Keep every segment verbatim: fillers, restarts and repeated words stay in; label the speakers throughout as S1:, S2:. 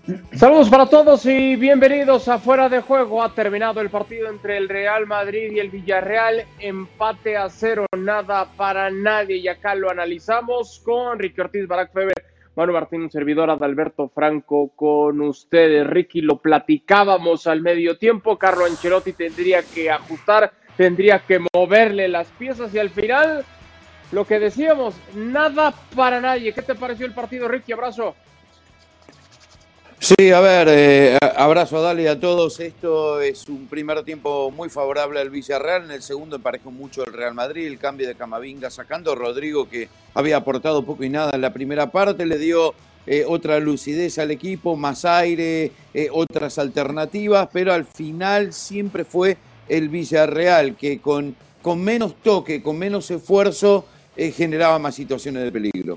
S1: Saludos para todos y bienvenidos a Fuera de Juego. Ha terminado el partido entre el Real Madrid y el Villarreal. Empate a cero, nada para nadie. Y acá lo analizamos con Ricky Ortiz, Barak Feber, Manu Martín, servidor Adalberto Franco con ustedes. Ricky, lo platicábamos al medio tiempo. Carlo Ancelotti tendría que ajustar, tendría que moverle las piezas y al final, lo que decíamos, nada para nadie. ¿Qué te pareció el partido, Ricky? Abrazo.
S2: Sí, a ver, eh, abrazo a Dali y a todos. Esto es un primer tiempo muy favorable al Villarreal. En el segundo emparejó mucho el Real Madrid. El cambio de Camavinga sacando a Rodrigo, que había aportado poco y nada en la primera parte, le dio eh, otra lucidez al equipo, más aire, eh, otras alternativas, pero al final siempre fue el Villarreal que con, con menos toque, con menos esfuerzo, eh, generaba más situaciones de peligro.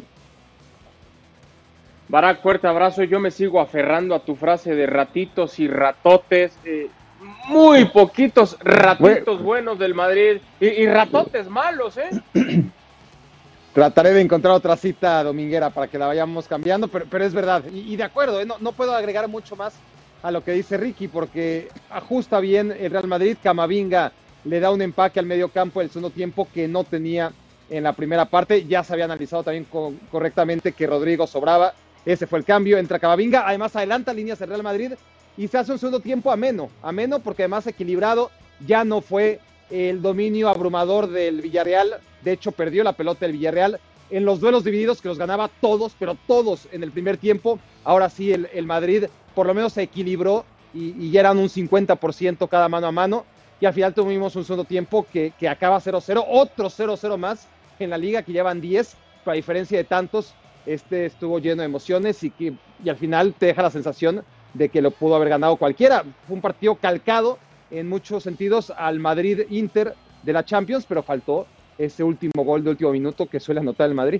S1: Barak, fuerte abrazo. Yo me sigo aferrando a tu frase de ratitos y ratotes. Eh, muy poquitos ratitos buenos del Madrid y, y ratotes malos, ¿eh?
S3: Trataré de encontrar otra cita dominguera para que la vayamos cambiando, pero, pero es verdad. Y, y de acuerdo, ¿eh? no, no puedo agregar mucho más a lo que dice Ricky, porque ajusta bien el Real Madrid. Camavinga le da un empaque al medio campo del segundo tiempo que no tenía en la primera parte. Ya se había analizado también con, correctamente que Rodrigo sobraba. Ese fue el cambio, entra Camavinga, además adelanta líneas el Real Madrid y se hace un segundo tiempo ameno, ameno porque además equilibrado, ya no fue el dominio abrumador del Villarreal, de hecho perdió la pelota el Villarreal en los duelos divididos que los ganaba todos, pero todos en el primer tiempo. Ahora sí el, el Madrid por lo menos se equilibró y, y ya eran un cincuenta por ciento cada mano a mano y al final tuvimos un segundo tiempo que, que acaba cero cero, otro cero cero más en la liga que llevan diez, pero a diferencia de tantos, este estuvo lleno de emociones y, que, y al final te deja la sensación de que lo pudo haber ganado cualquiera. Fue un partido calcado en muchos sentidos al Madrid-Inter de la Champions, pero faltó ese último gol de último minuto que suele anotar el Madrid.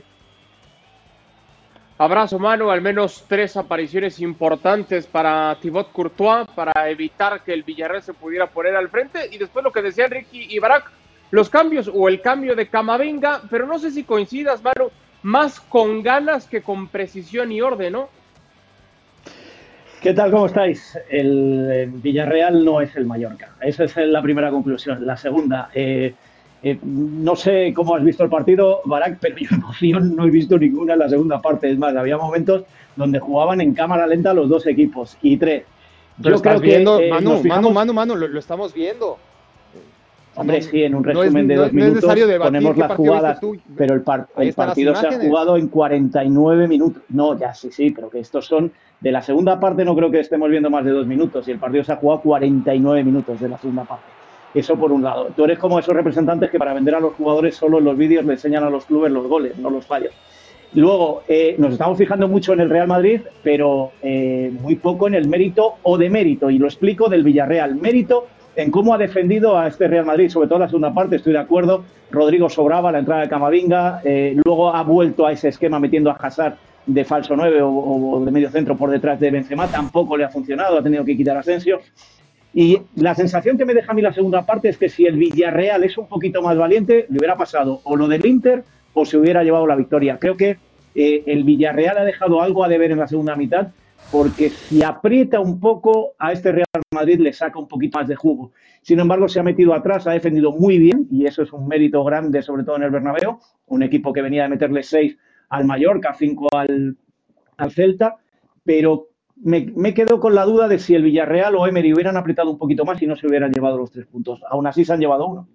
S1: Abrazo, Manu. Al menos tres apariciones importantes para Thibaut Courtois para evitar que el Villarreal se pudiera poner al frente. Y después lo que decían Ricky y Barak, los cambios o el cambio de Camavinga, pero no sé si coincidas, Manu, más con ganas que con precisión y orden, ¿no?
S4: ¿Qué tal? ¿Cómo estáis? El Villarreal no es el Mallorca. Esa es la primera conclusión. La segunda, eh, eh, no sé cómo has visto el partido, Barak, pero yo emoción no he visto ninguna en la segunda parte. Es más, había momentos donde jugaban en cámara lenta los dos equipos. Y tres,
S3: yo
S4: yo
S3: creo
S4: viendo,
S3: que... Eh, Manu, fijamos... Manu, Manu, Manu, lo, lo estamos viendo.
S4: Hombre, sí, en un resumen no es, de dos no minutos no ponemos las jugadas, pero el, par, el partido se ha jugado en cuarenta y nueve minutos. No, ya sí, sí, pero que estos son de la segunda parte, no creo que estemos viendo más de dos minutos y el partido se ha jugado cuarenta y nueve minutos de la segunda parte. Eso por un lado. Tú eres como esos representantes que para vender a los jugadores solo en los vídeos le enseñan a los clubes los goles, no los fallos. Luego, eh, nos estamos fijando mucho en el Real Madrid, pero eh, muy poco en el mérito o demérito, y lo explico del Villarreal. Mérito en cómo ha defendido a este Real Madrid, sobre todo en la segunda parte, estoy de acuerdo. Rodrigo sobraba la entrada de Camavinga, eh, luego ha vuelto a ese esquema metiendo a Hazard de falso nueve o, o de medio centro por detrás de Benzema, tampoco le ha funcionado, ha tenido que quitar a Asensio. Y la sensación que me deja a mí la segunda parte es que si el Villarreal es un poquito más valiente, le hubiera pasado o lo del Inter o se hubiera llevado la victoria. Creo que eh, el Villarreal ha dejado algo a deber en la segunda mitad, porque si aprieta un poco a este Real Madrid le saca un poquito más de jugo. Sin embargo, se ha metido atrás, ha defendido muy bien y eso es un mérito grande, sobre todo en el Bernabéu, un equipo que venía de meterle seis al Mallorca, cinco al, al Celta, pero me, me quedo con la duda de si el Villarreal o Emery hubieran apretado un poquito más y no se hubieran llevado los tres puntos. Aún así se han llevado uno.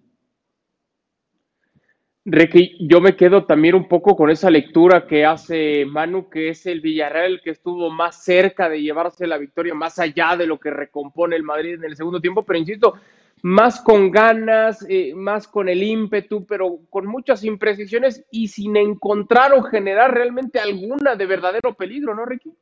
S1: Ricky, yo me quedo también un poco con esa lectura que hace Manu, que es el Villarreal el que estuvo más cerca de llevarse la victoria, más allá de lo que recompone el Madrid en el segundo tiempo, pero insisto, más con ganas, eh, más con el ímpetu, pero con muchas imprecisiones y sin encontrar o generar realmente alguna de verdadero peligro, ¿no, Ricky?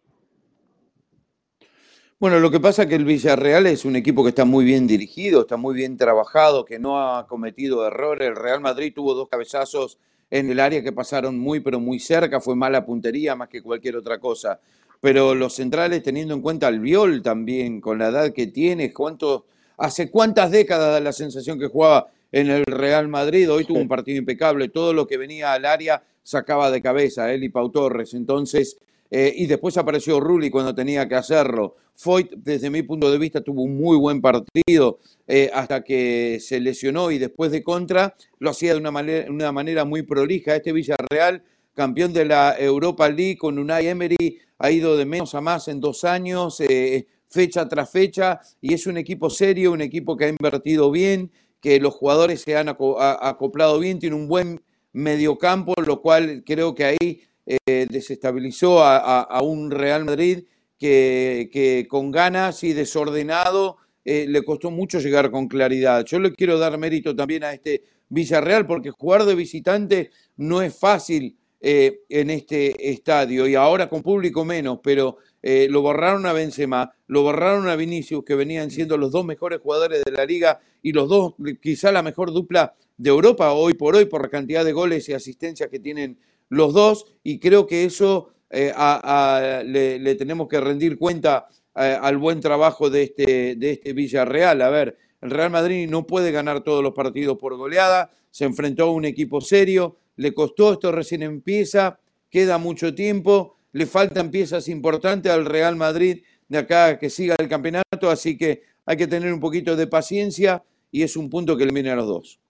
S2: Bueno, lo que pasa es que el Villarreal es un equipo que está muy bien dirigido, está muy bien trabajado, que no ha cometido errores. El Real Madrid tuvo dos cabezazos en el área que pasaron muy, pero muy cerca. Fue mala puntería más que cualquier otra cosa. Pero los centrales, teniendo en cuenta Albiol también, con la edad que tiene, ¿cuánto, hace cuántas décadas da la sensación que jugaba en el Real Madrid? Hoy tuvo un partido impecable. Todo lo que venía al área sacaba de cabeza él y Pau Torres. Entonces, eh, y después apareció Rulli cuando tenía que hacerlo. Foyt, desde mi punto de vista, tuvo un muy buen partido eh, hasta que se lesionó y después de contra lo hacía de una manera, una manera muy prolija. Este Villarreal, campeón de la Europa League con Unai Emery, ha ido de menos a más en dos años, eh, fecha tras fecha, y es un equipo serio, un equipo que ha invertido bien, que los jugadores se han acoplado bien, tiene un buen mediocampo, lo cual creo que ahí eh, desestabilizó a, a, a un Real Madrid que, que con ganas y desordenado eh, le costó mucho llegar con claridad. Yo le quiero dar mérito también a este Villarreal porque jugar de visitante no es fácil eh, en este estadio y ahora con público menos, pero eh, lo borraron a Benzema, lo borraron a Vinicius, que venían siendo los dos mejores jugadores de la liga y los dos, quizá la mejor dupla de Europa hoy por hoy por la cantidad de goles y asistencias que tienen los dos, y creo que eso eh, a, a, le, le tenemos que rendir cuenta eh, al buen trabajo de este, de este Villarreal. A ver, el Real Madrid no puede ganar todos los partidos por goleada, se enfrentó a un equipo serio, le costó, esto recién empieza, queda mucho tiempo, le faltan piezas importantes al Real Madrid de acá a que siga el campeonato, así que hay que tener un poquito de paciencia y es un punto que le viene a los dos.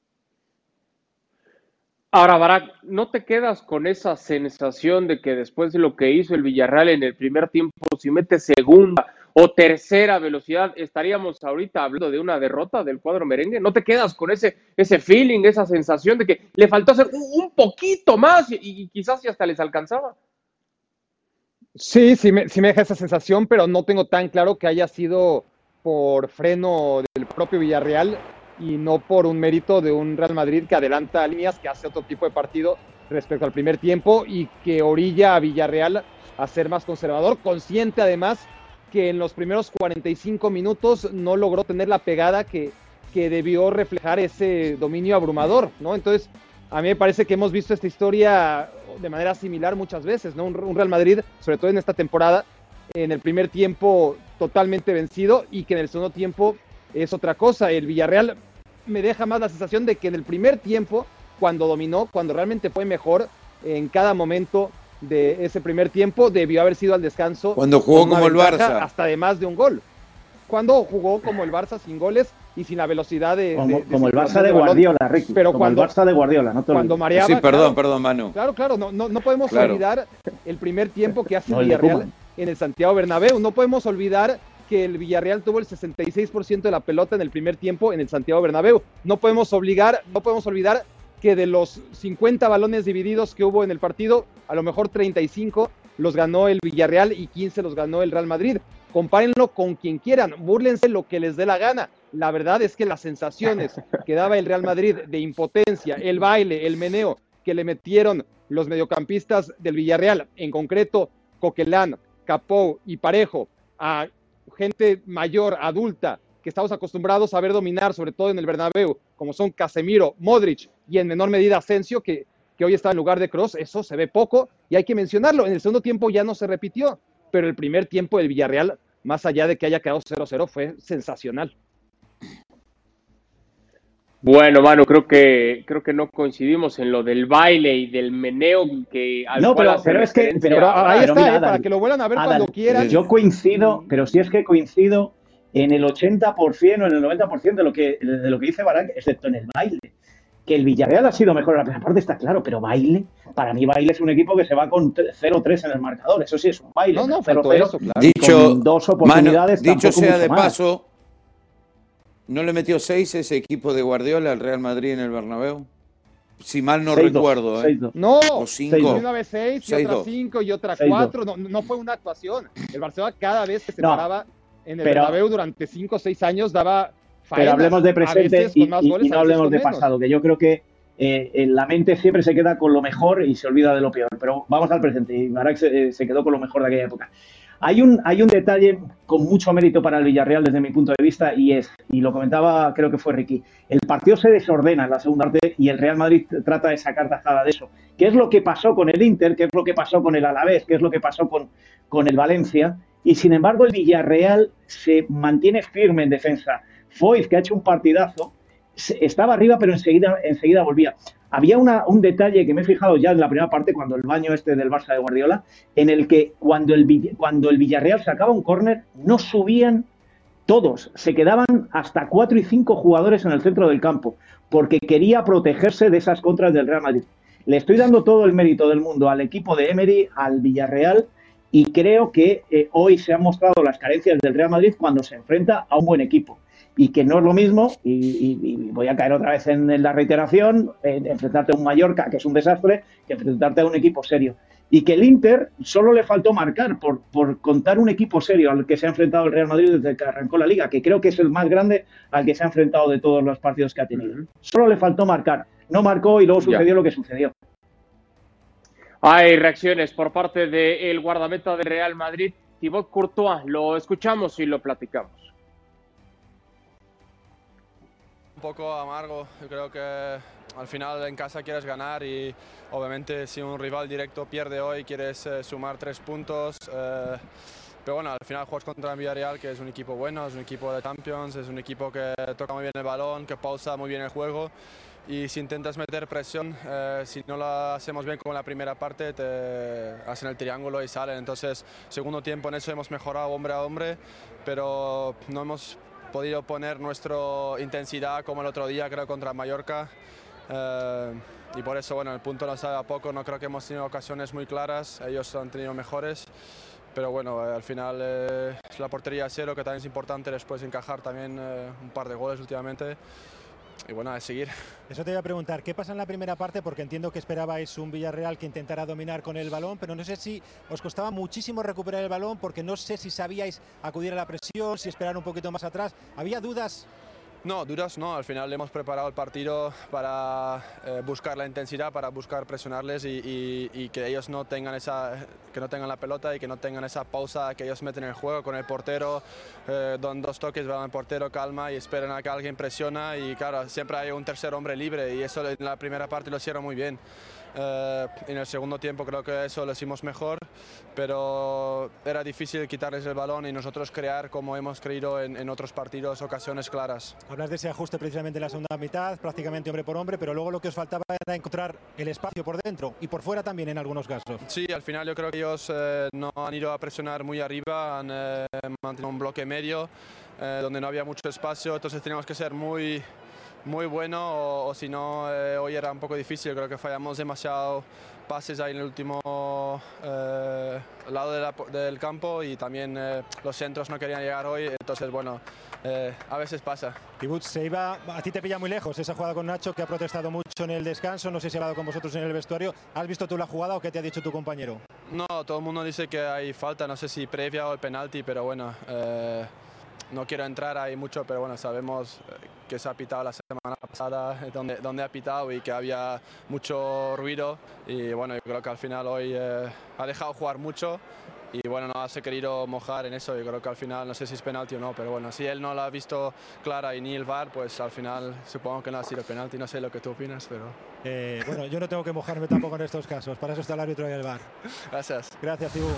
S1: Ahora, Barak, ¿no te quedas con esa sensación de que después de lo que hizo el Villarreal en el primer tiempo, si mete segunda o tercera velocidad, estaríamos ahorita hablando de una derrota del cuadro merengue? ¿No te quedas con ese, ese feeling, esa sensación de que le faltó hacer un, un poquito más y, y quizás si hasta les alcanzaba?
S3: Sí, sí me, sí me deja esa sensación, pero no tengo tan claro que haya sido por freno del propio Villarreal y no por un mérito de un Real Madrid que adelanta líneas, que hace otro tipo de partido respecto al primer tiempo y que orilla a Villarreal a ser más conservador, consciente además que en los primeros cuarenta y cinco minutos no logró tener la pegada que, que debió reflejar ese dominio abrumador, ¿no? Entonces, a mí me parece que hemos visto esta historia de manera similar muchas veces, ¿no? Un, un Real Madrid, sobre todo en esta temporada, en el primer tiempo totalmente vencido y que en el segundo tiempo es otra cosa. El Villarreal me deja más la sensación de que en el primer tiempo, cuando dominó, cuando realmente fue mejor en cada momento de ese primer tiempo, debió haber sido al descanso.
S2: Cuando jugó como el Barça.
S3: Hasta de más de un gol. Cuando jugó como el Barça sin goles y sin la velocidad de...
S4: Como,
S3: de, de
S4: como el Barça de Guardiola, Ricky.
S3: Pero
S4: como
S3: cuando,
S4: el Barça de Guardiola, no te
S3: cuando mareaba,
S2: Sí, perdón,
S3: claro,
S2: perdón, Manu.
S3: Claro, claro, no, no, no podemos
S2: claro.
S3: olvidar el primer tiempo que hace
S4: no,
S3: el Villarreal en el Santiago Bernabéu. No podemos olvidar que el Villarreal tuvo el sesenta y seis por ciento de la pelota en el primer tiempo en el Santiago Bernabéu. No podemos obligar, no podemos olvidar que de los cincuenta balones divididos que hubo en el partido, a lo mejor treinta y cinco los ganó el Villarreal y quince los ganó el Real Madrid. Compárenlo con quien quieran, búrlense lo que les dé la gana. La verdad es que las sensaciones que daba el Real Madrid de impotencia, el baile, el meneo que le metieron los mediocampistas del Villarreal, en concreto Coquelán, Capou y Parejo, a gente mayor, adulta, que estamos acostumbrados a ver dominar, sobre todo en el Bernabéu, como son Casemiro, Modric y en menor medida Asensio, que, que hoy está en lugar de Kroos, eso se ve poco y hay que mencionarlo. En el segundo tiempo ya no se repitió, pero el primer tiempo del Villarreal, más allá de que haya quedado cero cero, fue sensacional.
S1: Bueno, Manu, creo que creo que no coincidimos en lo del baile y del meneo que al
S4: no,
S1: cual
S4: pero, pero es que
S3: pero,
S4: pero,
S3: ahí
S4: pero
S3: está,
S4: mira,
S3: eh, para que lo vuelvan a ver
S4: Adal,
S3: cuando quieran.
S4: Yo coincido, pero si es que coincido en el ochenta por ciento o en el noventa por ciento de lo que de lo que dice Barak, excepto en el baile. Que el Villarreal ha sido mejor en la primera parte, está claro, pero baile, para mí baile es un equipo que se va con cero tres en el marcador, eso sí es un baile.
S3: No, no,
S4: cero
S3: faltó eso, claro.
S2: Dicho,
S4: con dos oportunidades,
S2: Manu, dicho sea de
S4: más.
S2: paso, ¿no le metió seis ese equipo de Guardiola al Real Madrid en el Bernabéu? Si mal no
S4: seis,
S2: recuerdo,
S4: dos,
S2: ¿eh?
S3: Seis, no,
S2: o cinco.
S3: una vez seis, y otra cinco, y otra
S4: seis,
S3: cuatro. No, no fue una actuación. El Barcelona cada vez que se
S4: no,
S3: paraba en el
S4: pero,
S3: Bernabéu durante cinco o seis años daba faenas.
S4: Pero hablemos de presente y,
S3: más
S4: y,
S3: goles,
S4: y no hablemos de
S3: menos.
S4: pasado, que yo creo que eh, en la mente siempre se queda con lo mejor y se olvida de lo peor. Pero vamos al presente, y Barak se, se quedó con lo mejor de aquella época. Hay un, hay un detalle con mucho mérito para el Villarreal desde mi punto de vista y es, y lo comentaba creo que fue Ricky, el partido se desordena en la segunda parte y el Real Madrid trata de sacar tajada de eso. ¿Qué es lo que pasó con el Inter? ¿Qué es lo que pasó con el Alavés? ¿Qué es lo que pasó con, con el Valencia? Y sin embargo el Villarreal se mantiene firme en defensa. Foyt, que ha hecho un partidazo, estaba arriba pero enseguida, enseguida volvía. había una, un detalle que me he fijado ya en la primera parte, cuando el baño este del Barça de Guardiola, en el que cuando el, cuando el Villarreal sacaba un córner, no subían todos, se quedaban hasta cuatro y cinco jugadores en el centro del campo, porque quería protegerse de esas contras del Real Madrid. Le estoy dando todo el mérito del mundo al equipo de Emery, al Villarreal, y creo que eh, hoy se han mostrado las carencias del Real Madrid cuando se enfrenta a un buen equipo. Y que no es lo mismo, y, y, y voy a caer otra vez en, en la reiteración, en enfrentarte a un Mallorca, que es un desastre, que enfrentarte a un equipo serio. Y que el Inter solo le faltó marcar por, por contar un equipo serio al que se ha enfrentado el Real Madrid desde que arrancó la Liga, que creo que es el más grande al que se ha enfrentado de todos los partidos que ha tenido. Solo le faltó marcar. No marcó y luego sucedió ya lo que sucedió.
S1: Hay reacciones por parte del guardameta de Real Madrid, Thibaut Courtois. Lo escuchamos y lo platicamos.
S5: Un poco amargo, yo creo que al final en casa quieres ganar y obviamente si un rival directo pierde hoy quieres eh, sumar tres puntos, eh, pero bueno, al final juegas contra el Villarreal, que es un equipo bueno, es un equipo de Champions, es un equipo que toca muy bien el balón, que pausa muy bien el juego y si intentas meter presión, eh, si no lo hacemos bien como en la primera parte, te hacen el triángulo y salen. Entonces, segundo tiempo en eso hemos mejorado hombre a hombre, pero no hemos podido poner nuestra intensidad como el otro día, creo, contra Mallorca. Eh, y por eso, bueno, el punto nos sabe a poco, no creo que hemos tenido ocasiones muy claras, ellos han tenido mejores. Pero bueno, eh, al final eh, es la portería a cero, que también es importante después encajar también eh, un par de goles últimamente. Y bueno, a seguir.
S6: Eso te iba a preguntar, ¿qué pasa en la primera parte? Porque entiendo que esperabais un Villarreal que intentara dominar con el balón, pero no sé si os costaba muchísimo recuperar el balón, porque no sé si sabíais acudir a la presión, si esperar un poquito más atrás. ¿Había dudas?
S5: No, dudas no. Al final hemos preparado el partido para eh, buscar la intensidad, para buscar presionarles y, y, y que ellos no tengan esa, que no tengan la pelota y que no tengan esa pausa que ellos meten en el juego con el portero. Eh, dan dos toques, van al portero, calma y esperan a que alguien presiona y claro, siempre hay un tercer hombre libre y eso en la primera parte lo hicieron muy bien. Uh, en el segundo tiempo creo que eso lo hicimos mejor, pero era difícil quitarles el balón y nosotros crear, como hemos creído en, en otros partidos, ocasiones claras.
S6: Hablas de ese ajuste precisamente en la segunda mitad, prácticamente hombre por hombre, pero luego lo que os faltaba era encontrar el espacio por dentro y por fuera también en algunos casos.
S5: Sí, al final yo creo que ellos eh, no han ido a presionar muy arriba, han eh, mantenido un bloque medio eh, donde no había mucho espacio, entonces teníamos que ser muy muy bueno o, o si no eh, hoy era un poco difícil, creo que fallamos demasiado pases ahí en el último eh, lado de la, del campo y también eh, los centros no querían llegar hoy, entonces bueno, eh, a veces pasa.
S6: Thibaut, se iba, a ti te pilla muy lejos esa jugada con Nacho, que ha protestado mucho en el descanso, no sé si ha hablado con vosotros en el vestuario. ¿Has visto tú la jugada o qué te ha dicho tu compañero?
S5: No, todo el mundo dice que hay falta, no sé si previa o el penalti, pero bueno, eh, no quiero entrar ahí mucho, pero bueno, sabemos que se ha pitado la semana pasada, donde, donde ha pitado y que había mucho ruido. Y bueno, yo creo que al final hoy eh, ha dejado jugar mucho y bueno, no se ha querido mojar en eso. Yo creo que al final, no sé si es penalti o no, pero bueno, si él no lo ha visto clara y ni el V A R, pues al final supongo que no ha sido penalti. No sé lo que tú opinas, pero...
S6: Eh, bueno, yo no tengo que mojarme tampoco en estos casos, para eso está el árbitro y el V A R.
S5: Gracias.
S6: Gracias, Thibaut.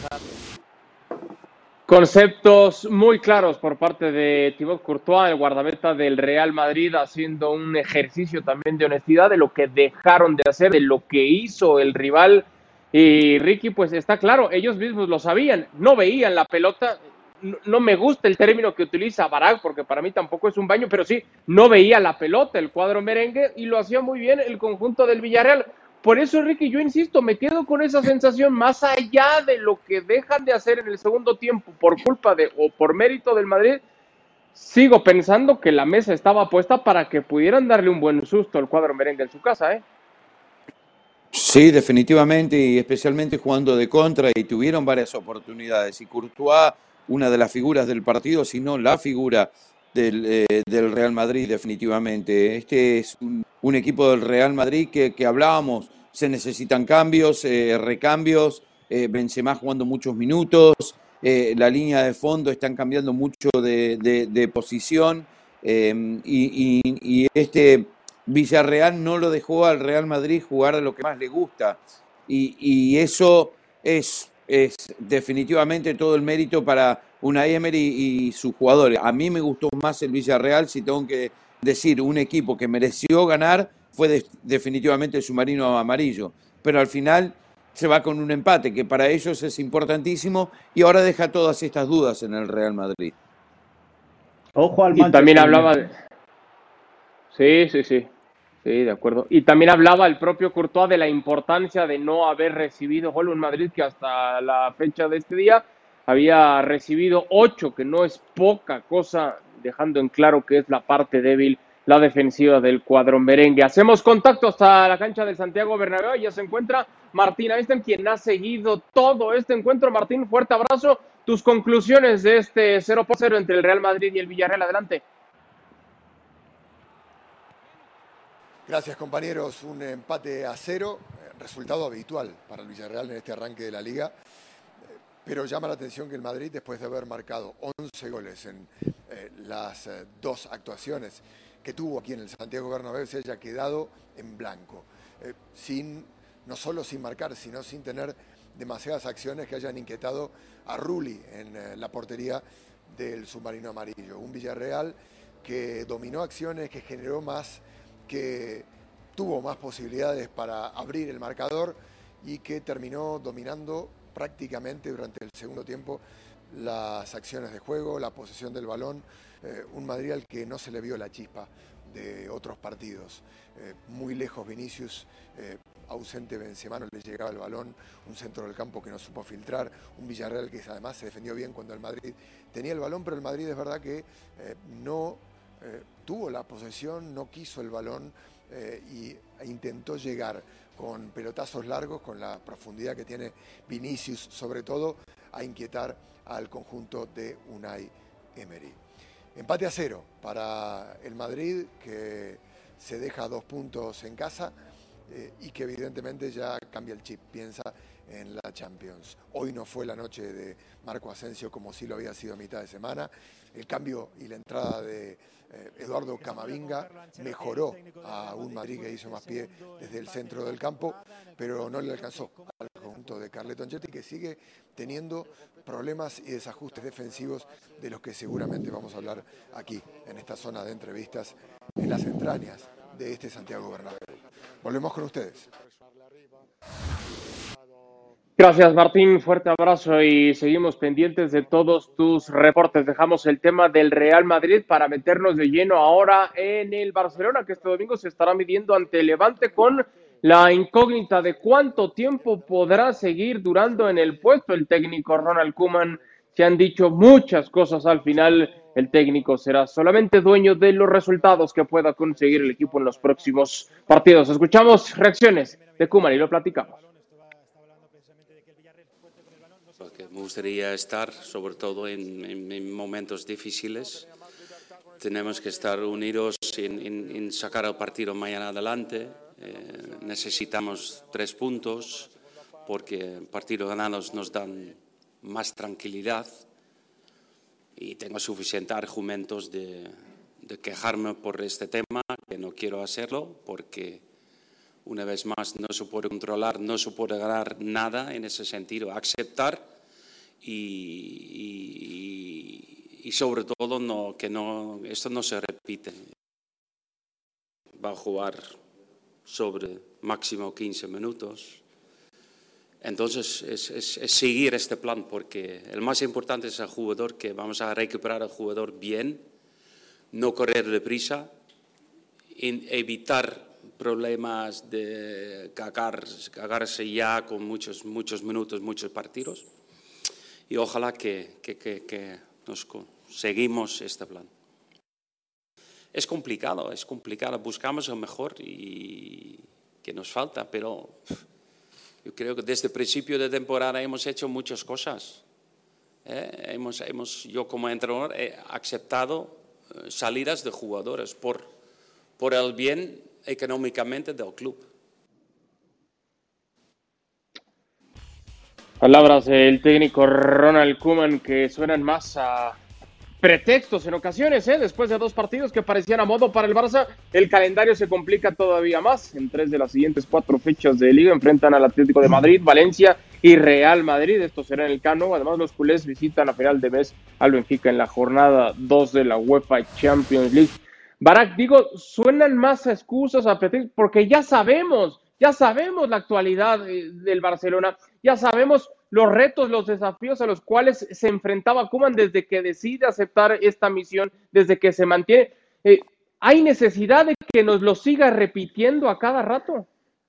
S1: Conceptos muy claros por parte de Thibaut Courtois, el guardameta del Real Madrid, haciendo un ejercicio también de honestidad de lo que dejaron de hacer, de lo que hizo el rival. Y Ricky, pues está claro, ellos mismos lo sabían, no veían la pelota. No, no me gusta el término que utiliza Barak, porque para mí tampoco es un baño, pero sí, no veía la pelota el cuadro merengue y lo hacía muy bien el conjunto del Villarreal. Por eso, Ricky, yo insisto, me quedo con esa sensación, más allá de lo que dejan de hacer en el segundo tiempo por culpa de o por mérito del Madrid, sigo pensando que la mesa estaba puesta para que pudieran darle un buen susto al cuadro merengue en su casa, ¿eh?
S2: Sí, definitivamente, y especialmente jugando de contra, y tuvieron varias oportunidades. Y Courtois, una de las figuras del partido, si no la figura del, eh, del Real Madrid, definitivamente. Este es un, un equipo del Real Madrid que, que hablábamos, se necesitan cambios, eh, recambios, eh, Benzema jugando muchos minutos, eh, la línea de fondo están cambiando mucho de, de, de posición, eh, y, y, y este Villarreal no lo dejó al Real Madrid jugar a lo que más le gusta, y, y eso es, es definitivamente todo el mérito para Unai Emery y sus jugadores. A mí me gustó más el Villarreal, si tengo que decir, un equipo que mereció ganar, fue de, definitivamente el submarino amarillo. Pero al final se va con un empate, que para ellos es importantísimo, y ahora deja todas estas dudas en el Real Madrid.
S1: Ojo al Manchester. Y también hablaba de... Sí, sí, sí. Sí, de acuerdo. Y también hablaba el propio Courtois de la importancia de no haber recibido gol en Madrid, que hasta la fecha de este día había recibido ocho, que no es poca cosa, dejando en claro que es la parte débil, la defensiva del cuadro merengue. Hacemos contacto hasta la cancha del Santiago Bernabéu. Ya se encuentra Martín Einstein, quien ha seguido todo este encuentro. Martín, fuerte abrazo. Tus conclusiones de este cero por cero entre el Real Madrid y el Villarreal. Adelante.
S7: Gracias, compañeros. Un empate a cero, resultado habitual para el Villarreal en este arranque de la Liga. Pero llama la atención que el Madrid, después de haber marcado once goles en eh, las eh, dos actuaciones que tuvo aquí en el Santiago Bernabéu, se haya quedado en blanco, eh, sin, no solo sin marcar, sino sin tener demasiadas acciones que hayan inquietado a Rulli en eh, la portería del submarino amarillo. Un Villarreal que dominó acciones, que generó más, que tuvo más posibilidades para abrir el marcador y que terminó dominando prácticamente durante el segundo tiempo las acciones de juego, la posesión del balón. Eh, un Madrid al que no se le vio la chispa de otros partidos. Eh, muy lejos Vinicius, eh, ausente Benzema, no le llegaba el balón, un centro del campo que no supo filtrar, un Villarreal que además se defendió bien cuando el Madrid tenía el balón, pero el Madrid es verdad que eh, no eh, tuvo la posesión, no quiso el balón eh, y e intentó llegar con pelotazos largos, con la profundidad que tiene Vinicius, sobre todo, a inquietar al conjunto de Unai Emery. Empate a cero para el Madrid, que se deja dos puntos en casa eh, y que evidentemente ya cambia el chip, piensa en la Champions. Hoy no fue la noche de Marco Asensio como sí lo había sido a mitad de semana. El cambio y la entrada de eh, Eduardo Camavinga mejoró a un Madrid que hizo más pie desde el centro del campo, pero no le alcanzó al conjunto de Carleto Ancelotti, que sigue teniendo problemas y desajustes defensivos de los que seguramente vamos a hablar aquí, en esta zona de entrevistas, en las entrañas de este Santiago Bernabéu. Volvemos con ustedes.
S1: Gracias, Martín, fuerte abrazo y seguimos pendientes de todos tus reportes. Dejamos el tema del Real Madrid para meternos de lleno ahora en el Barcelona, que este domingo se estará midiendo ante el Levante con la incógnita de cuánto tiempo podrá seguir durando en el puesto el técnico Ronald Koeman. Se han dicho muchas cosas al final. El técnico será solamente dueño de los resultados que pueda conseguir el equipo en los próximos partidos. Escuchamos reacciones de Koeman y lo platicamos.
S8: Porque me gustaría estar, sobre todo en, en, en momentos difíciles. Tenemos que estar unidos en, en, en sacar el partido mañana adelante. Eh, necesitamos tres puntos porque partidos ganados nos dan más tranquilidad y tengo suficientes argumentos de, de quejarme por este tema, que no quiero hacerlo porque una vez más no se puede controlar, no se puede ganar nada en ese sentido, aceptar y, y, y sobre todo no, que no, esto no se repite. Va a jugar sobre máximo quince minutos. Entonces es, es, es seguir este plan porque el más importante es el jugador, que vamos a recuperar al jugador bien, no correr deprisa, evitar problemas de cagar, cagarse ya con muchos, muchos minutos, muchos partidos y ojalá que, que, que, que nos seguimos este plan. Es complicado, es complicado. Buscamos lo mejor y que nos falta, pero yo creo que desde el principio de temporada hemos hecho muchas cosas. ¿eh? Hemos, hemos, yo como entrenador he aceptado salidas de jugadores por, por el bien económicamente del club.
S1: Palabras del técnico Ronald Koeman que suenan más a pretextos en ocasiones, ¿eh? Después de dos partidos que parecían a modo para el Barça, el calendario se complica todavía más. En tres de las siguientes cuatro fechas de Liga enfrentan al Atlético de Madrid, Valencia y Real Madrid. Esto será en el Camp Nou. Además, los culés visitan a final de mes al Benfica en la jornada dos de la UEFA Champions League. Barak, digo, suenan más a excusas, a pretextos, porque ya sabemos, ya sabemos la actualidad del Barcelona, ya sabemos los retos, los desafíos a los cuales se enfrentaba Koeman desde que decide aceptar esta misión, desde que se mantiene. Eh, ¿Hay necesidad de que nos lo siga repitiendo a cada rato?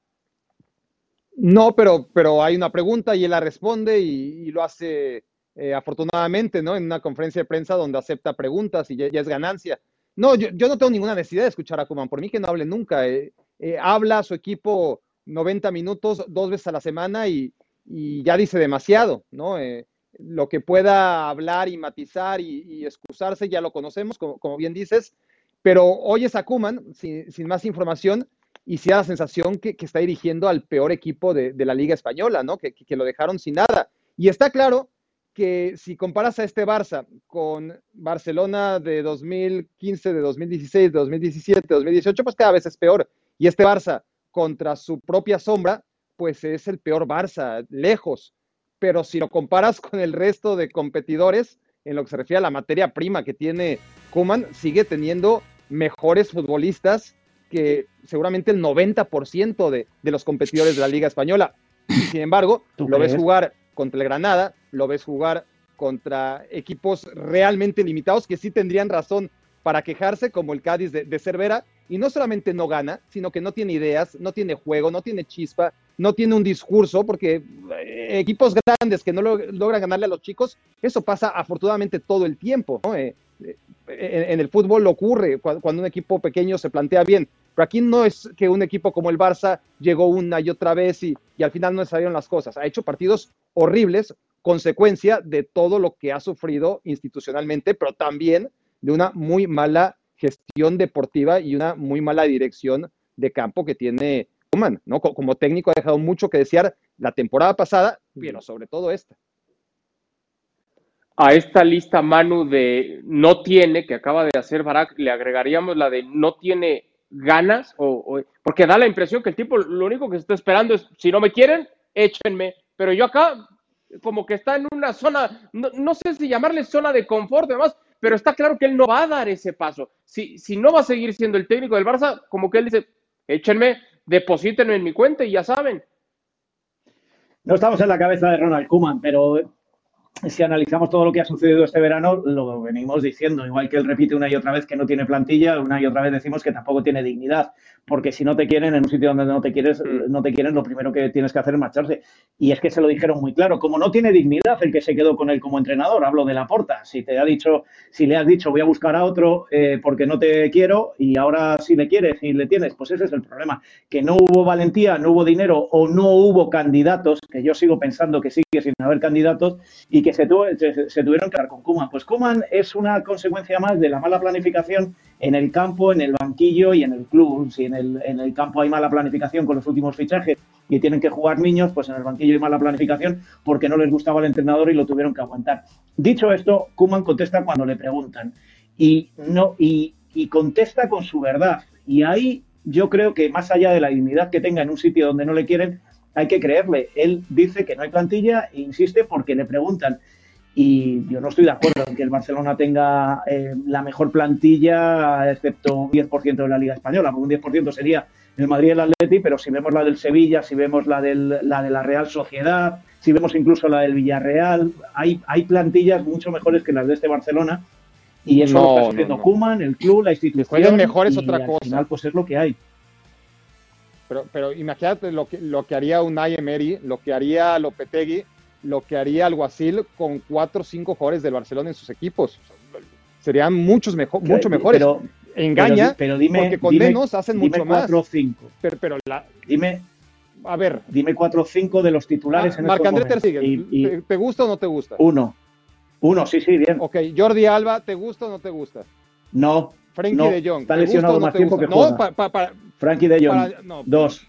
S3: No, pero, pero hay una pregunta y él la responde y, y lo hace eh, afortunadamente, ¿no? En una conferencia de prensa donde acepta preguntas y ya, ya es ganancia. No, yo, yo no tengo ninguna necesidad de escuchar a Koeman. Por mí que no hable nunca. Eh, eh, habla a su equipo noventa minutos, dos veces a la semana y, y ya dice demasiado, ¿no? Eh, lo que pueda hablar y matizar y, y excusarse ya lo conocemos, como, como bien dices, pero oyes a Koeman sin, sin más información y sí da la sensación que, que está dirigiendo al peor equipo de, de la Liga Española, ¿no? Que, que lo dejaron sin nada. Y está claro que si comparas a este Barça con Barcelona de dos mil quince, de dos mil dieciséis, de dos mil diecisiete, de dos mil dieciocho, pues cada vez es peor. Y este Barça contra su propia sombra, pues es el peor Barça, lejos. Pero si lo comparas con el resto de competidores, en lo que se refiere a la materia prima que tiene Koeman, sigue teniendo mejores futbolistas que seguramente el noventa por ciento de, de los competidores de la Liga Española. Sin embargo, lo ves jugar contra el Granada, lo ves jugar contra equipos realmente limitados que sí tendrían razón para quejarse, como el Cádiz de, de Cervera, y no solamente no gana, sino que no tiene ideas, no tiene juego, no tiene chispa, no tiene un discurso, porque eh, equipos grandes que no lo, logran ganarle a los chicos, eso pasa afortunadamente todo el tiempo, ¿no? Eh, eh, en, en el fútbol lo ocurre cuando, cuando un equipo pequeño se plantea bien, pero aquí no es que un equipo como el Barça llegó una y otra vez y, y al final no salieron las cosas. Ha hecho partidos horribles, consecuencia de todo lo que ha sufrido institucionalmente, pero también de una muy mala gestión deportiva y una muy mala dirección de campo que tiene Koeman, ¿no? Como técnico ha dejado mucho que desear la temporada pasada, pero sobre todo esta.
S1: A esta lista, Manu, de no tiene, que acaba de hacer Barak, le agregaríamos la de no tiene ganas, o, o, porque da la impresión que el tipo lo único que está esperando es, si no me quieren, échenme, pero yo acá como que está en una zona, no, no sé si llamarle zona de confort, además, pero está claro que él no va a dar ese paso. Si, si no va a seguir siendo el técnico del Barça, como que él dice, échenme, deposítenme en mi cuenta y ya saben.
S4: No estamos en la cabeza de Ronald Koeman, pero si analizamos todo lo que ha sucedido este verano, lo venimos diciendo, igual que él repite una y otra vez que no tiene plantilla, una y otra vez decimos que tampoco tiene dignidad, porque si no te quieren en un sitio donde no te quieres, no te quieren, lo primero que tienes que hacer es marcharse. Y es que se lo dijeron muy claro, como no tiene dignidad el que se quedó con él como entrenador, hablo de Laporta, si te ha dicho, si le has dicho voy a buscar a otro eh, porque no te quiero y ahora si le quieres y le tienes, pues ese es el problema, que no hubo valentía, no hubo dinero o no hubo candidatos, que yo sigo pensando que sigue sin haber candidatos y que se, tuvo, se, se tuvieron que dar con Koeman. Pues Koeman es una consecuencia más de la mala planificación en el campo, en el banquillo y en el club. Si en el, en el campo hay mala planificación con los últimos fichajes y tienen que jugar niños, pues en el banquillo hay mala planificación porque no les gustaba el entrenador y lo tuvieron que aguantar. Dicho esto, Koeman contesta cuando le preguntan y, no, y, y contesta con su verdad. Y ahí yo creo que más allá de la dignidad que tenga en un sitio donde no le quieren, hay que creerle. Él dice que no hay plantilla e insiste porque le preguntan. Y yo no estoy de acuerdo en que el Barcelona tenga eh, la mejor plantilla, excepto un diez por ciento de la Liga Española, porque un diez por ciento sería el Madrid y el Atleti, pero si vemos la del Sevilla, si vemos la, del, la de la Real Sociedad, si vemos incluso la del Villarreal, hay, hay plantillas mucho mejores que las de este Barcelona, y eso no, lo está haciendo no, no. Koeman, el club, la institución,
S3: mejor es otra
S4: y
S3: cosa.
S4: Al final pues es lo que hay.
S3: Pero, pero imagínate lo que, lo que haría Unai Emery, lo que haría Lopetegui, lo que haría Alguacil con cuatro o cinco jugadores del Barcelona en sus equipos. Serían muchos mejor, mucho mejores.
S4: Pero,
S3: Engaña,
S4: pero, pero dime,
S3: porque con
S4: dime,
S3: menos hacen
S4: dime
S3: mucho
S4: cuatro
S3: más.
S4: O cinco.
S3: Pero, pero la,
S4: dime,
S3: a ver,
S4: dime cuatro o cinco de los titulares
S3: ah,
S4: en
S3: Marc-André
S4: estos
S3: Ter
S4: momentos.
S3: Y, y, ¿Te, ¿Te gusta o no te gusta?
S4: Uno. Uno, sí, sí, bien.
S3: Ok, Jordi Alba, ¿te gusta o no te gusta?
S4: No.
S3: Frenkie
S4: no,
S3: de Jong,
S4: está lesionado más tiempo que juega.
S3: No, pa, pa, pa,
S4: Frenkie de Jong, para, no, dos.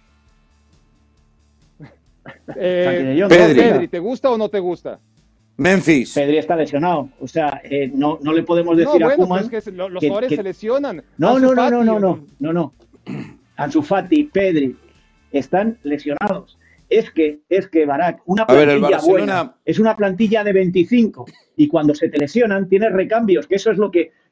S3: Eh, no, Pedri. Pedri, ¿te gusta o no te gusta?
S2: Memphis.
S4: Pedri está lesionado, o sea, eh, no, no le podemos decir
S3: no,
S4: a
S3: bueno,
S4: Koeman
S3: pues es que los
S4: que,
S3: jugadores
S4: que...
S3: se lesionan.
S4: No, no, no, no, no, no, no, no. Ansu Fati, Pedri están lesionados. Es que, es que Barak, una plantilla ver, Barcelona... buena es una plantilla de veinticinco y cuando se te lesionan tienes recambios, que eso es lo que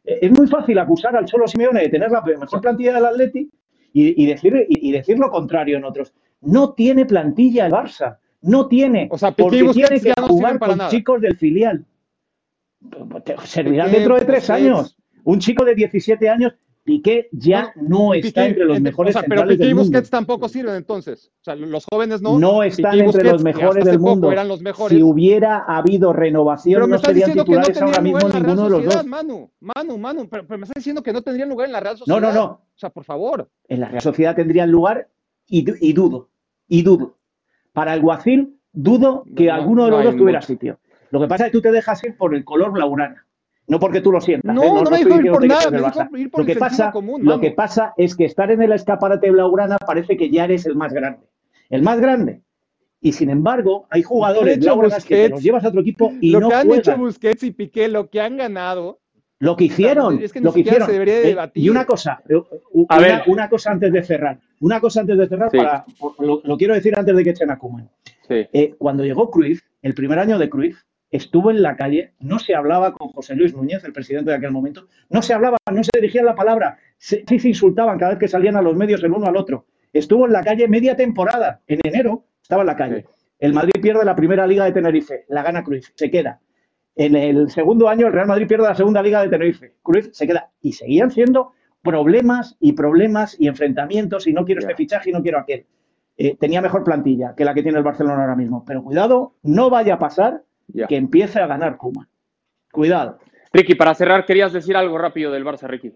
S4: es muy fácil acusar al Cholo Simeone de tener la mejor plantilla del Atleti y, y, decir, y, y decir lo contrario en otros. No tiene plantilla el Barça. No tiene.
S3: O sea,
S4: porque tiene que
S3: no
S4: jugar con
S3: nada.
S4: chicos del filial. Servirá dentro de tres años. Un chico de diecisiete años, Piqué ya no, no está Piqué, entre los mejores o sea,
S3: pero Piqué
S4: y
S3: Busquets tampoco sirven entonces. O sea, los jóvenes no.
S4: No están entre Busquets, los mejores del mundo.
S3: Eran los mejores.
S4: Si hubiera habido renovación, pero no serían titulares no ahora mismo ninguno de los dos.
S3: Manu, Manu, Manu, pero, pero me estás diciendo que no tendrían lugar en la Real Sociedad.
S4: No, no, no.
S3: O sea, por favor.
S4: En la Real Sociedad tendrían lugar y, y dudo, y dudo. Para Alguacil, dudo que no, alguno de los no dos tuviera mucho. sitio. Lo que pasa es que tú te dejas ir por el color blaugrana. No porque tú lo sientas.
S3: No,
S4: ¿eh?
S3: no, no me dijo ir por nada, me dijo ir por
S4: lo que
S3: el
S4: pasa,
S3: común.
S4: Lo que pasa es que estar en el escaparate blaugrana parece que ya eres el más grande. El más grande. Y sin embargo, hay jugadores blaugranas que te los llevas a otro equipo y
S3: lo
S4: no
S3: que han
S4: juegan.
S3: hecho Busquets y Piqué, lo que han ganado.
S4: Lo que hicieron.
S3: Es que
S4: lo que hicieron.
S3: Se debería de debatir.
S4: Eh, y una cosa, una, ver. una cosa antes de cerrar. Una cosa antes de cerrar, sí. para, lo, lo quiero decir antes de que echen a Koeman. Sí. Eh, cuando llegó Cruyff, el primer año de Cruyff, estuvo en la calle, no se hablaba con José Luis Núñez, el presidente de aquel momento, no se hablaba, no se dirigían la palabra, se, sí se insultaban cada vez que salían a los medios el uno al otro. Estuvo en la calle media temporada, en enero estaba en la calle. Sí. El Madrid pierde la primera liga de Tenerife, la gana Cruyff, se queda. En el segundo año el Real Madrid pierde la segunda liga de Tenerife, Cruyff se queda. Y seguían siendo problemas y problemas y enfrentamientos y no quiero yeah. este fichaje y no quiero aquel. Eh, tenía mejor plantilla que la que tiene el Barcelona ahora mismo. Pero cuidado, no vaya a pasar yeah. que empiece a ganar Koeman. Cuidado.
S1: Ricky, para cerrar, querías decir algo rápido del Barça, Ricky.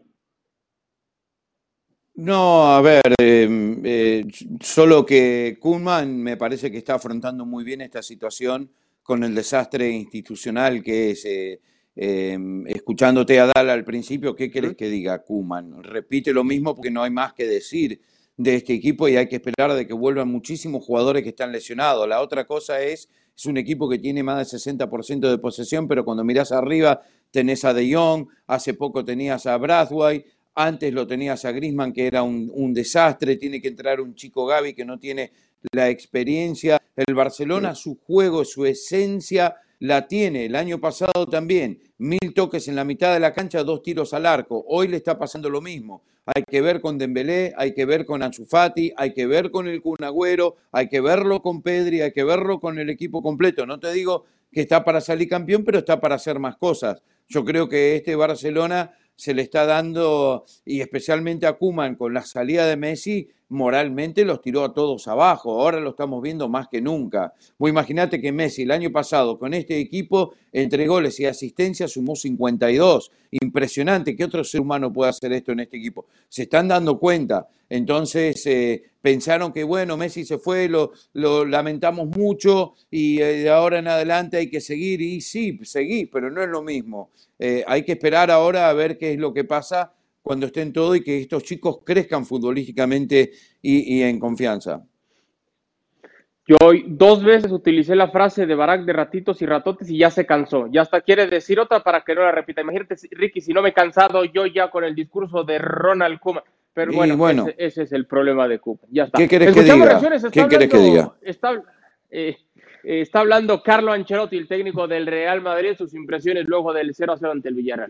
S2: No, a ver, eh, eh, solo que Koeman me parece que está afrontando muy bien esta situación con el desastre institucional que es, eh, eh, escuchándote a Dal al principio, ¿qué querés que diga Koeman? Repite lo mismo porque no hay más que decir de este equipo y hay que esperar de que vuelvan muchísimos jugadores que están lesionados. La otra cosa es, es un equipo que tiene más del sesenta por ciento de posesión, pero cuando mirás arriba tenés a De Jong, hace poco tenías a Brathwaite, antes lo tenías a Griezmann, que era un, un desastre, tiene que entrar un chico Gavi que no tiene la experiencia. El Barcelona, su juego, su esencia la tiene. El año pasado también, mil toques en la mitad de la cancha, dos tiros al arco. Hoy le está pasando lo mismo. Hay que ver con Dembélé, hay que ver con Ansu Fati, hay que ver con el Kun Agüero, hay que verlo con Pedri, hay que verlo con el equipo completo. No te digo que está para salir campeón, pero está para hacer más cosas. Yo creo que este Barcelona se le está dando, y especialmente a Koeman con la salida de Messi, moralmente los tiró a todos abajo. Ahora lo estamos viendo más que nunca. Vos imaginate que Messi el año pasado con este equipo entre goles y asistencias sumó cincuenta y dos. Impresionante. ¿Qué otro ser humano puede hacer esto en este equipo? Se están dando cuenta. Entonces eh, pensaron que bueno, Messi se fue, lo, lo lamentamos mucho y eh, de ahora en adelante hay que seguir. Y sí, seguir, pero no es lo mismo. Eh, hay que esperar ahora a ver qué es lo que pasa cuando estén todos y que estos chicos crezcan futbolísticamente y, y en confianza.
S1: Yo hoy dos veces utilicé la frase de Barak de ratitos y ratotes y ya se cansó. Ya hasta quiere decir otra para que no la repita. Imagínate, Ricky, si no me he cansado yo ya con el discurso de Ronald Koeman. Pero bueno, bueno ese, ese es el problema de Koeman. Ya está.
S2: ¿Qué querés que diga? ¿Qué querés que diga?
S1: Está, eh, eh, está hablando Carlo Ancelotti, el técnico del Real Madrid, sus impresiones luego del cero a cero ante el Villarreal.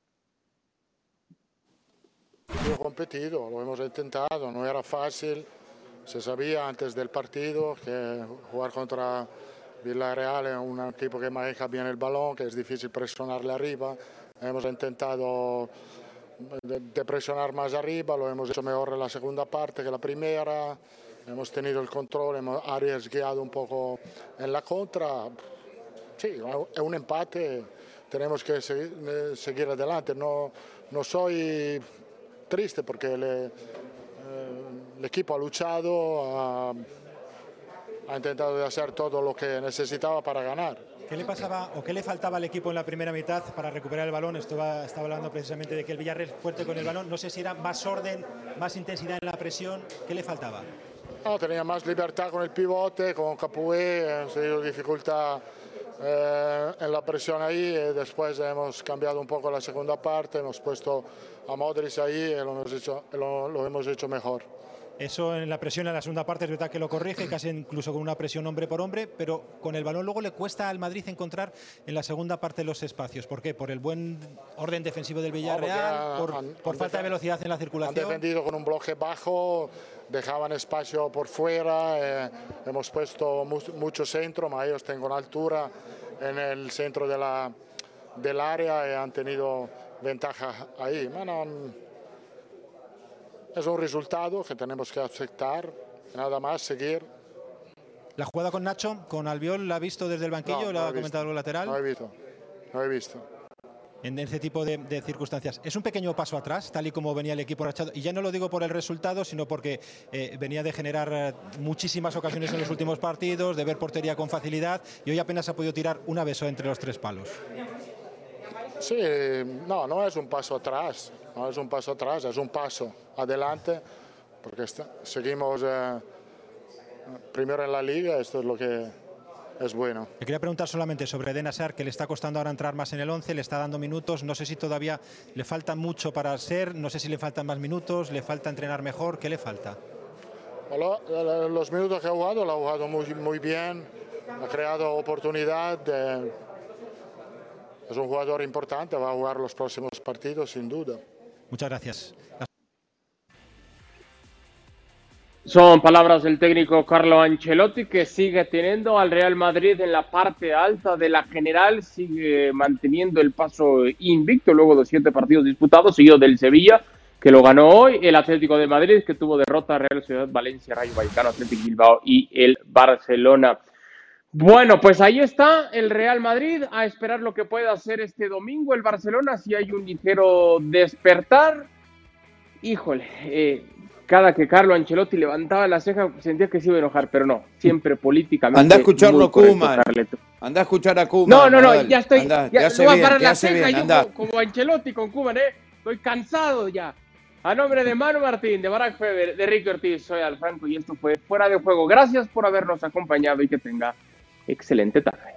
S9: Hemos competido, lo hemos intentado, no era fácil. Se sabía antes del partido que jugar contra Villarreal es un equipo que maneja bien el balón, que es difícil presionarle arriba. Hemos intentado de, de presionar más arriba, lo hemos hecho mejor en la segunda parte que la primera. Hemos tenido el control, hemos arriesgado un poco en la contra. Sí, es un empate, tenemos que seguir, seguir adelante. No, no soy triste porque le, eh, el equipo ha luchado, ha, ha intentado hacer todo lo que necesitaba para ganar.
S6: ¿Qué le pasaba o qué le faltaba al equipo en la primera mitad para recuperar el balón? Estaba, estaba hablando precisamente de que el Villarreal fuerte con el balón. No sé si era más orden, más intensidad en la presión. ¿Qué le faltaba?
S9: No, tenía más libertad con el pivote, con Capué, hemos tenido dificultad eh, en la presión ahí y después hemos cambiado un poco la segunda parte, hemos puesto a Modric ahí y lo hemos hecho, lo, lo hemos hecho mejor.
S6: Eso en la presión en la segunda parte es verdad que lo corrige, casi incluso con una presión hombre por hombre, pero con el balón luego le cuesta al Madrid encontrar en la segunda parte los espacios. ¿Por qué? Por el buen orden defensivo del Villarreal, no, por, han, por han falta de velocidad en la circulación.
S9: Han defendido con un bloque bajo, dejaban espacio por fuera, eh, hemos puesto mu mucho centro, pero ellos tienen altura en el centro de la, del área y han tenido ventaja ahí. Bueno, es un resultado que tenemos que aceptar, nada más seguir.
S6: La jugada con Nacho, con Albiol, ¿la ha visto desde el banquillo?
S9: No,
S6: ¿La
S9: no
S6: ha
S9: he
S6: comentado
S9: visto,
S6: el lateral?
S9: No he visto, no he visto.
S6: En ese tipo de, de circunstancias. Es un pequeño paso atrás, tal y como venía el equipo rachado. Y ya no lo digo por el resultado, sino porque eh, venía de generar eh, muchísimas ocasiones en los últimos partidos, de ver portería con facilidad, y hoy apenas ha podido tirar una vez entre los tres palos.
S9: Sí, no, no es un paso atrás, no es un paso atrás, es un paso adelante, porque está, seguimos eh, primero en la liga, esto es lo que es bueno.
S6: Le quería preguntar solamente sobre Eden Hazard, que le está costando ahora entrar más en el once, le está dando minutos, no sé si todavía le falta mucho para ser, no sé si le faltan más minutos, le falta entrenar mejor, ¿qué le falta?
S9: Los minutos que ha jugado, lo ha jugado muy, muy bien, ha creado oportunidad, de, es un jugador importante, va a jugar los próximos partidos sin duda.
S6: Muchas gracias.
S1: Son palabras del técnico Carlo Ancelotti, que sigue teniendo al Real Madrid en la parte alta de la general, sigue manteniendo el paso invicto luego de siete partidos disputados, seguido del Sevilla, que lo ganó hoy, el Atlético de Madrid, que tuvo derrota Real Sociedad, Valencia, Rayo Vallecano, Atlético Bilbao y el Barcelona. Bueno, pues ahí está el Real Madrid, a esperar lo que pueda hacer este domingo el Barcelona, si hay un ligero despertar. Híjole, eh, cada que Carlo Ancelotti levantaba la ceja sentía que se iba a enojar, pero no, siempre políticamente.
S2: Anda a escucharlo, Koeman. Anda a escuchar a Koeman.
S1: No, no, no, ya estoy,
S2: anda,
S1: ya,
S2: no
S1: voy a parar la ceja
S2: bien,
S1: yo
S2: anda.
S1: como, como Ancelotti con Koeman, eh. Estoy cansado ya. A nombre de Manu Martín, de Barack Feber, de Ricky Ortiz, soy Alfranco y esto fue Fuera de Juego. Gracias por habernos acompañado y que tenga excelente tarde.